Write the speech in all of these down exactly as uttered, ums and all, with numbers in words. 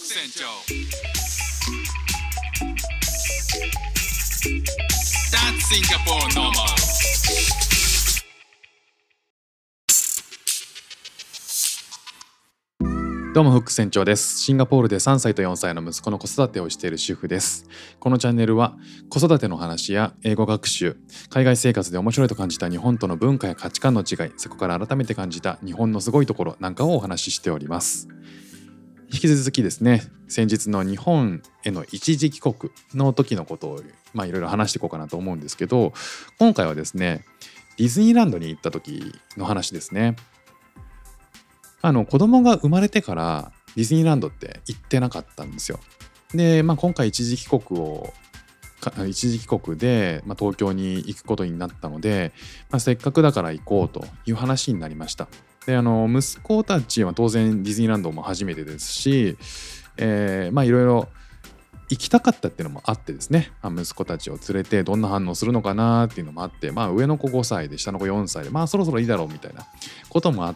船長 That's Singapore normal。 どうもフック船長です。シンガポールでさんさいとよんさいの息子の子育てをしている主婦です。このチャンネルは子育ての話や英語学習、海外生活で面白いと感じた日本との文化や価値観の違い、そこから改めて感じた日本のすごいところなんかをお話ししております。引き続きですね、先日の日本への一時帰国の時のことをまあいろいろ話していこうかなと思うんですけど、今回はですね、ディズニーランドに行った時の話ですね。あの子供が生まれてからディズニーランドって行ってなかったんですよ。で、まあ、今回一時帰国を一時帰国で、まあ、東京に行くことになったので、まあ、せっかくだから行こうという話になりました。で、あの息子たちは当然ディズニーランドも初めてですし、えー、まあいろいろ行きたかったっていうのもあってですね、息子たちを連れてどんな反応するのかなっていうのもあって、まあ、上の子ごさいで下の子よんさいで、まあそろそろいいだろうみたいなこともあって、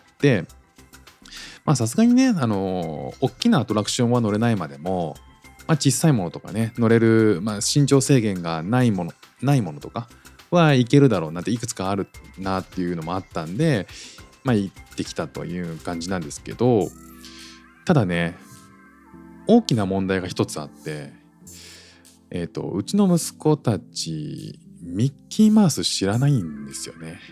まあさすがにね、あの大きなアトラクションは乗れないまでも、まあ、小さいものとかね乗れる、まあ、身長制限がないものないものとかはいけるだろうなっていくつかあるなっていうのもあったんで、まあ行ってきたという感じなんですけど、ただね大きな問題が一つあって、えーと、うちの息子たちミッキーマウス知らないんですよね。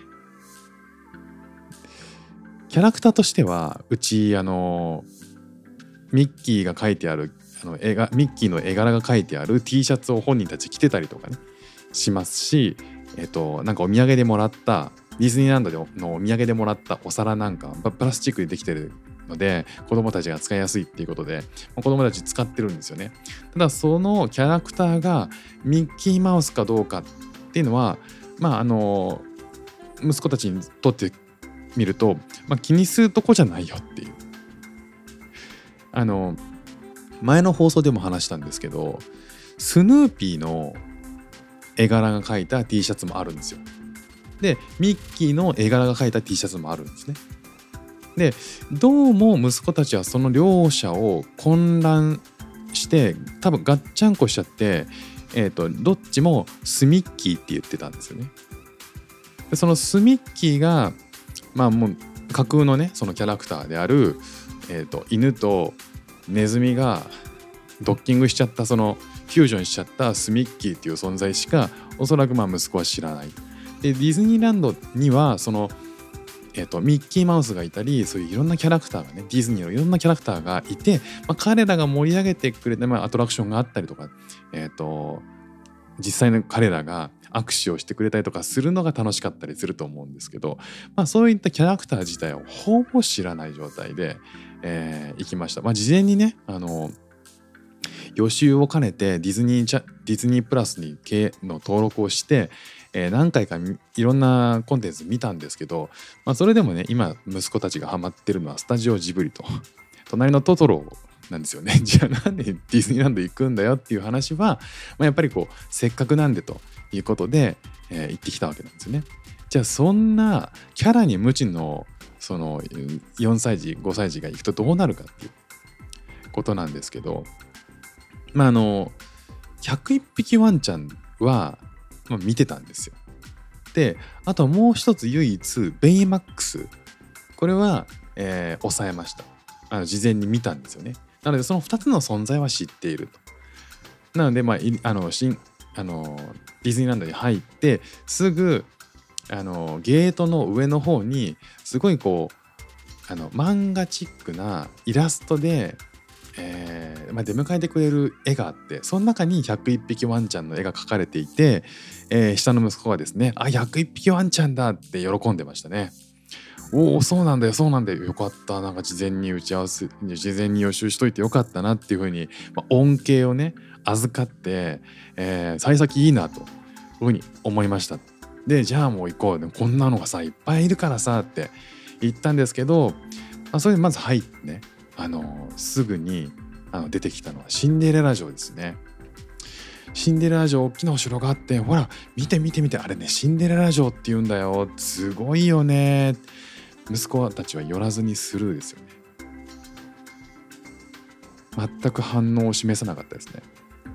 キャラクターとしてはうちあのミッキーが書いてあるあの絵がミッキーの絵柄が書いてある T シャツを本人たち着てたりとかねしますし、えっとなんかお土産でもらったディズニーランドのお土産でもらったお皿なんかプラスチックでできてるので子供たちが使いやすいっていうことで子供たち使ってるんですよね。ただそのキャラクターがミッキーマウスかどうかっていうのはまああの息子たちにとって見ると、まあ、気にするとこじゃないよっていう、あの前の放送でも話したんですけど、スヌーピーの絵柄が描いた T シャツもあるんですよ。でミッキーの絵柄が描いた T シャツもあるんですね。でどうも息子たちはその両者を混乱して多分ガッチャンコしちゃって、えーと、どっちもスミッキーって言ってたんですよね。でそのスミッキーがまあもう架空のねそのキャラクターである、えーと、犬とネズミがドッキングしちゃったそのフュージョンしちゃったスミッキーっていう存在しかおそらくまあ息子は知らない。でディズニーランドにはその、えーと、ミッキーマウスがいたりそういういろんなキャラクターがねディズニーのいろんなキャラクターがいて、まあ、彼らが盛り上げてくれて、まあ、アトラクションがあったりとか、えーと実際の彼らが握手をしてくれたりとかするのが楽しかったりすると思うんですけど、まあ、そういったキャラクター自体をほぼ知らない状態で、えー、行きました。まあ、事前にねあの予習を兼ねてディズニーチャディズニープラスにの登録をして、えー、何回かいろんなコンテンツ見たんですけど、まあ、それでもね今息子たちがハマってるのはスタジオジブリと隣のトトロなんですよね。じゃあなんでディズニーランド行くんだよっていう話は、まあ、やっぱりこうせっかくなんでということで、えー、行ってきたわけなんですよね。じゃあそんなキャラに無知のそのよんさい児ごさい児が行くとどうなるかっていうことなんですけど、まああのひゃくいっぴきワンちゃんは、まあ、見てたんですよ。であともう一つ唯一ベイマックスこれは、えー、抑えました。あの事前に見たんですよね。なのでそのふたつの存在は知っていると。なので、まあ、あの新あのディズニーランドに入ってすぐあのゲートの上の方にすごいこうあの漫画チックなイラストで、えーまあ、出迎えてくれる絵があって、その中にひゃくいっぴきワンちゃんの絵が描かれていて、えー、下の息子がですねあひゃくいっぴきワンちゃんだって喜んでましたね。おおそうなんだよそうなんだよよかった、なんか事前に打ち合わせ事前に予習しといてよかったなっていう風に、まあ、恩恵をね預かって、えー、幸先いいなという風に思いました。でじゃあもう行こう、でもこんなのがさいっぱいいるからさって言ったんですけど、まあ、それでまず入ってねあのー、すぐにあの出てきたのはシンデレラ城ですね。シンデレラ城大きなお城があって、ほら見て見て見てあれねシンデレラ城って言うんだよ、すごいよね。息子たちは寄らずにスルーですよね。 全く反応を示さなかったですね。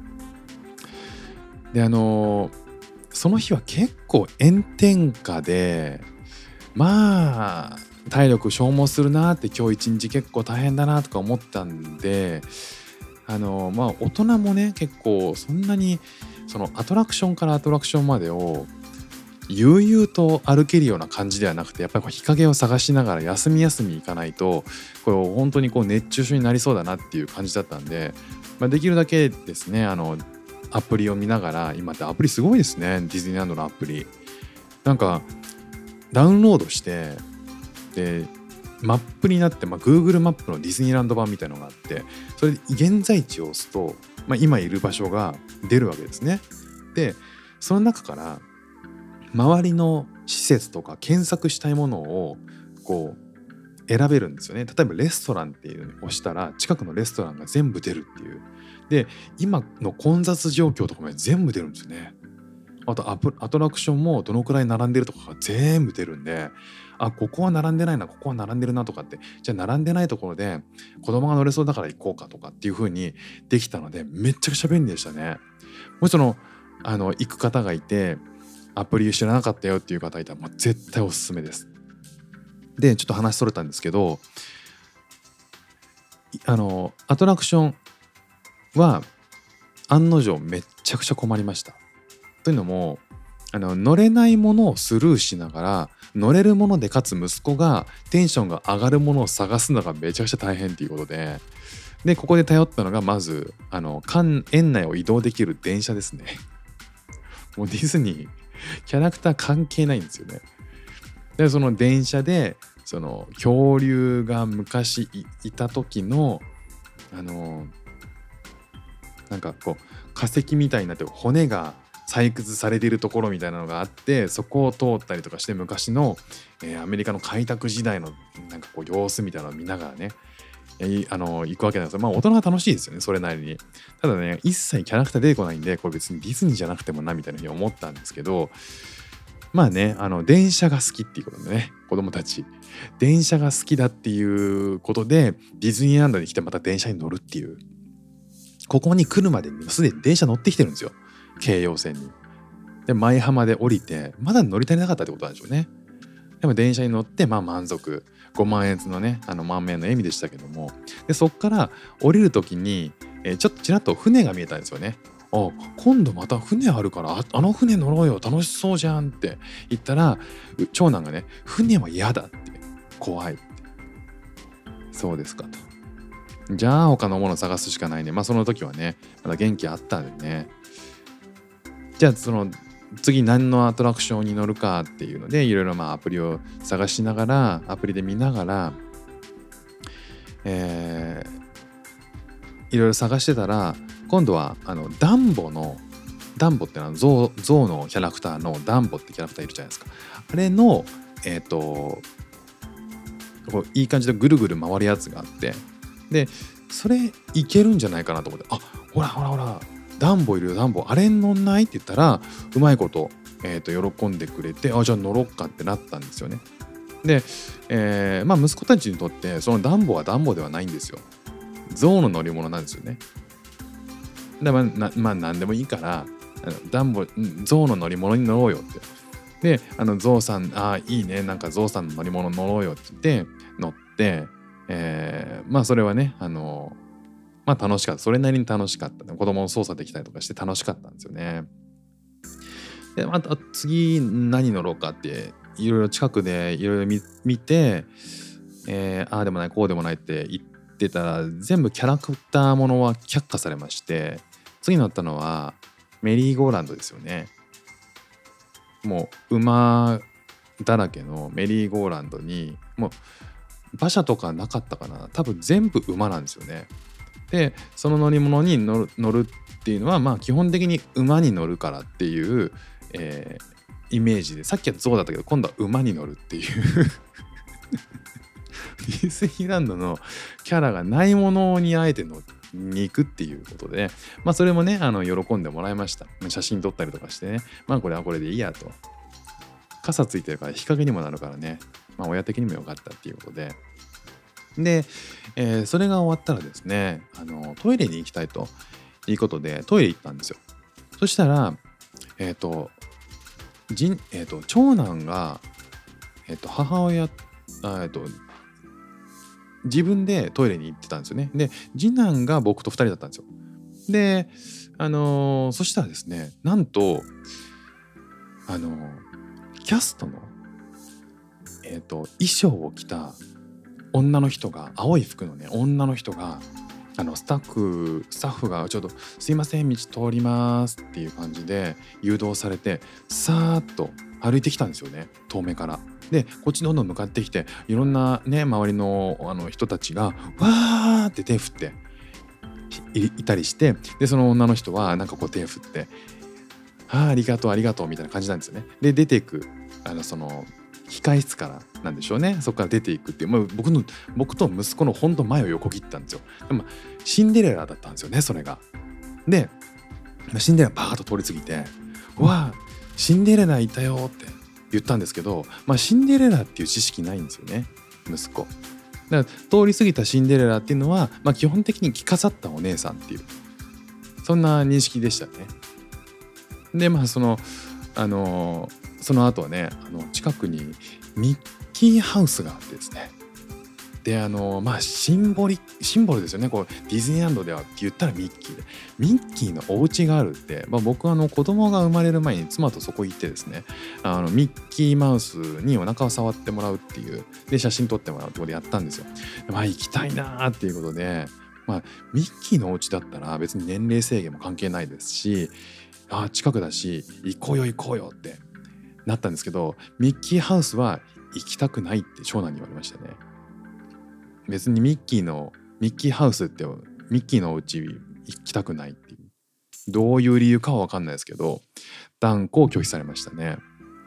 であのその日は結構炎天下で、まあ体力消耗するなって、今日一日結構大変だなとか思ったんで、あのまあ大人もね結構そんなにそのアトラクションからアトラクションまでを悠々と歩けるような感じではなくて、やっぱりこう日陰を探しながら休み休み行かないとこれ本当にこう熱中症になりそうだなっていう感じだったんで、まあ、できるだけですね、あのアプリを見ながら、今ってアプリすごいですね、ディズニーランドのアプリなんかダウンロードして、でマップになって、まあ、Google マップのディズニーランド版みたいなのがあって、それで現在地を押すと、まあ、今いる場所が出るわけですね。でその中から周りの施設とか検索したいものをこう選べるんですよね。例えばレストランっていうのを押したら近くのレストランが全部出るっていう。で今の混雑状況とかも全部出るんですよね。あとアプアトラクションもどのくらい並んでるとかが全部出るんで、あここは並んでないな、ここは並んでるなとかって、じゃあ並んでないところで子供が乗れそうだから行こうかとかっていう風にできたので、めっちゃくちゃ便利でしたね。もしそのあの行く方がいてアプリ知らなかったよっていう方いたら、もう絶対おすすめです。でちょっと話それたんですけど、あのアトラクションは案の定めっちゃくちゃ困りました。というのも、あの乗れないものをスルーしながら乗れるもので、かつ息子がテンションが上がるものを探すのがめちゃくちゃ大変ということで、でここで頼ったのがまずあの園内を移動できる電車ですね。もうディズニーキャラクター関係ないんですよね。でその電車でその恐竜が昔 い, いた時のあのなんかこう化石みたいになって骨が採掘されているところみたいなのがあって、そこを通ったりとかして昔の、えー、アメリカの開拓時代のなんかこう様子みたいなのを見ながらね、えー、あの行くわけなんですよ。まあ大人は楽しいですよね、それなりに。ただね、一切キャラクター出てこないんで、これ別にディズニーじゃなくてもなみたいなふうに思ったんですけど、まあね、あの電車が好きっていうことでね、子供たち電車が好きだっていうことでディズニーランドに来てまた電車に乗るっていう、ここに来るまでにすでに電車乗ってきてるんですよ、京葉線に。で舞浜で降りてまだ乗り足りなかったってことなんでしょうね。でも電車に乗ってまあ満足、ごまん円のね、あの満面の笑みでしたけども、でそっから降りる時に、えー、ちょっとちらっと船が見えたんですよね。あ、今度また船あるから あ, あの船乗ろうよ、楽しそうじゃんって言ったら、長男がね、船は嫌だって、怖いって。そうですかと。じゃあ他のものを探すしかないね。まあその時はねまだ元気あったんでね、じゃあその次何のアトラクションに乗るかっていうので、いろいろまあアプリを探しながら、アプリで見ながら、えー、いろいろ探してたら、今度はあのダンボのダンボってのはゾウ、ゾウのキャラクターのダンボってキャラクターいるじゃないですか。あれのえっとこういい感じでぐるぐる回るやつがあって、でそれいけるんじゃないかなと思って、あ、ほらほらほらダンボいるよ、ダンボあれに乗んないって言ったら、うまいこと、えー、と喜んでくれて、あ、じゃあ乗ろっかってなったんですよね。で、えー、まあ息子たちにとってそのダンボはダンボではないんですよ。ゾウの乗り物なんですよね。でまあ、なまあ何でもいいからあのダンボゾウの乗り物に乗ろうよって。であのゾウさん、あいいね、なんかゾウさんの乗り物乗ろうよって言って乗って、えー、まあそれはね、あのまあ楽しかった、それなりに楽しかった、子供を操作できたりとかして楽しかったんですよね。でまた次何乗ろうかっていろいろ近くでいろいろ見て、えー、ああでもないこうでもないって言ってたら、全部キャラクターものは却下されまして、次乗ったのはメリーゴーランドですよね。もう馬だらけのメリーゴーランドに、もう馬車とかなかったかな、多分全部馬なんですよね。でその乗り物に乗る、乗るっていうのはまあ基本的に馬に乗るからっていう、えー、イメージで、さっきはゾウだったけど今度は馬に乗るっていうディズニーランドのキャラがないものにあえて乗に行くっていうことで、まあそれもねあの喜んでもらいました。写真撮ったりとかしてね、まあこれはこれでいいやと。傘ついてるから日陰にもなるからね、まあ親的にも良かったっていうことで、 で、えーそれが終わったらですね、あのトイレに行きたいということでトイレ行ったんですよ。そしたら、えっ、とじん、えーと長男が、えーと母親あえっと自分でトイレに行ってたんですよね。で次男が僕とふたりだったんですよ。であのーそしたらですね、なんとあのーキャストの、えーと衣装を着た女の人が、青い服のね女の人が、あのスタッフスタッフがちょっとすいません道通りますっていう感じで誘導されてさーっと歩いてきたんですよね、遠目から。でこっちどんどん向かってきて、いろんなね周りのあの人たちがわーって手振ってい、いたりして、でその女の人はなんかこう手振ってあーありがとうありがとうみたいな感じなんですよね。で出ていく、あのその控室からなんでしょうね、そこから出ていくっていう、もう僕の僕と息子のほんと前を横切ったんですよ。でもシンデレラだったんですよね、それが。でシンデレラバーッと通り過ぎて、うわあシンデレラいたよって言ったんですけど、まあシンデレラっていう知識ないんですよね、息子。だから通り過ぎたシンデレラっていうのは、まあ、基本的に着飾ったお姉さんっていう、そんな認識でしたね。でまあそのあのその後はね、あの近くにミッキーハウスがあってですね、であのまあシンボリシンボルですよね。こうディズニーランドではって言ったらミッキーで、ミッキーのお家があるって、まあ、僕はあの子供が生まれる前に妻とそこ行ってですね、あのミッキーマウスにお腹を触ってもらうっていう、で写真撮ってもらうってことでやったんですよ。まあ行きたいなーっていうことで、まあミッキーのお家だったら別に年齢制限も関係ないですし、あ近くだし行こうよ行こうよってなったんですけど、ミッキーハウスは行きたくないって長男に言われましたね。別にミッキーのミッキーハウスってミッキーのお家行きたくないっていう、どういう理由かは分かんないですけど断固拒否されましたね。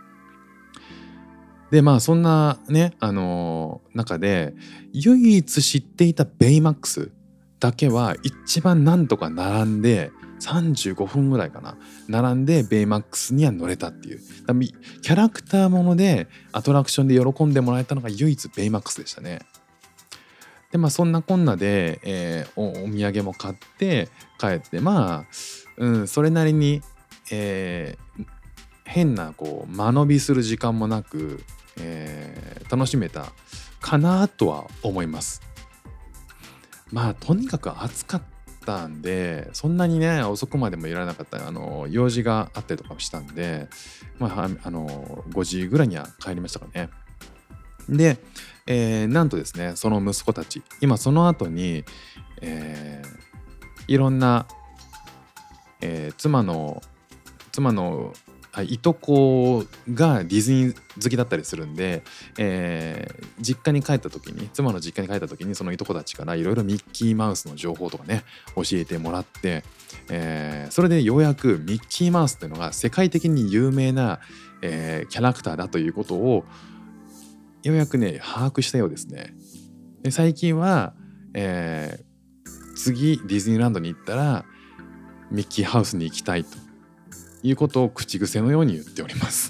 でまあそんなねあのー中で唯一知っていたベイマックスだけは一番なんとか並んでさんじゅうごふんぐらいかな並んでベイマックスには乗れたっていう、だキャラクターものでアトラクションで喜んでもらえたのが唯一ベイマックスでしたね。でまあそんなこんなで、えー、お, お土産も買って帰って、まあ、うん、それなりに、えー、変なこう間延びする時間もなく、えー、楽しめたかなとは思います。まあとにかく暑かったんでそんなにね遅くまでもいられなかった、あの用事があったりとかもしたんで、まあ、あのごじぐらいには帰りましたかね。で、えー、なんとですねその息子たち今その後に、えー、いろんな、えー、妻の妻のいとこがディズニー好きだったりするんで、えー、実家に帰った時に妻の実家に帰った時にそのいとこたちからいろいろミッキーマウスの情報とかね教えてもらって、えー、それでようやくミッキーマウスっていうのが世界的に有名な、えー、キャラクターだということをようやくね把握したようですね。で最近は、えー、次ディズニーランドに行ったらミッキーハウスに行きたいということを口癖のように言っております。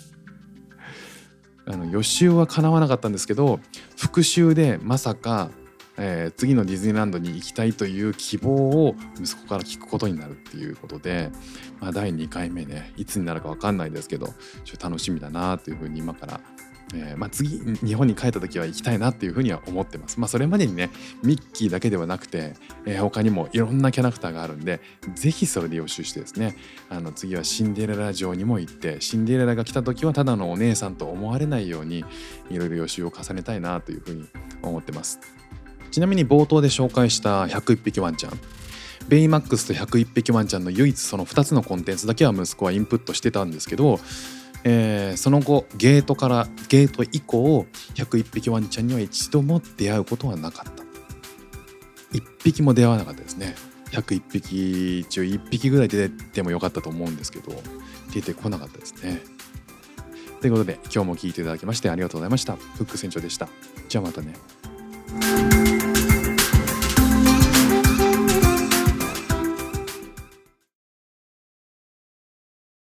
あの予習は叶わなかったんですけど復習でまさか、えー、次のディズニーランドに行きたいという希望を息子から聞くことになるっていうことで、まあ、だいにかいめねいつになるか分かんないですけどちょっと楽しみだなというふうに今からえーまあ、次日本に帰った時は行きたいなっていうふうには思ってます。まあそれまでにねミッキーだけではなくて、えー、他にもいろんなキャラクターがあるんでぜひそれで予習してですね、あの次はシンデレラ城にも行ってシンデレラが来た時はただのお姉さんと思われないようにいろいろ予習を重ねたいなというふうに思ってます。ちなみに冒頭で紹介したひゃくいっぴきワンちゃん、ベイマックスとひゃくいっぴきワンちゃんの唯一そのふたつのコンテンツだけは息子はインプットしてたんですけど、えー、その後ゲートからゲート以降ひゃくいっぴきワンちゃんには一度も出会うことはなかった。いっぴきも出会わなかったですね。ひゃくいっぴき中いっぴきぐらい出てもよかったと思うんですけど出てこなかったですね。ということで今日も聞いていただきましてありがとうございました。フック船長でした。じゃあまたね。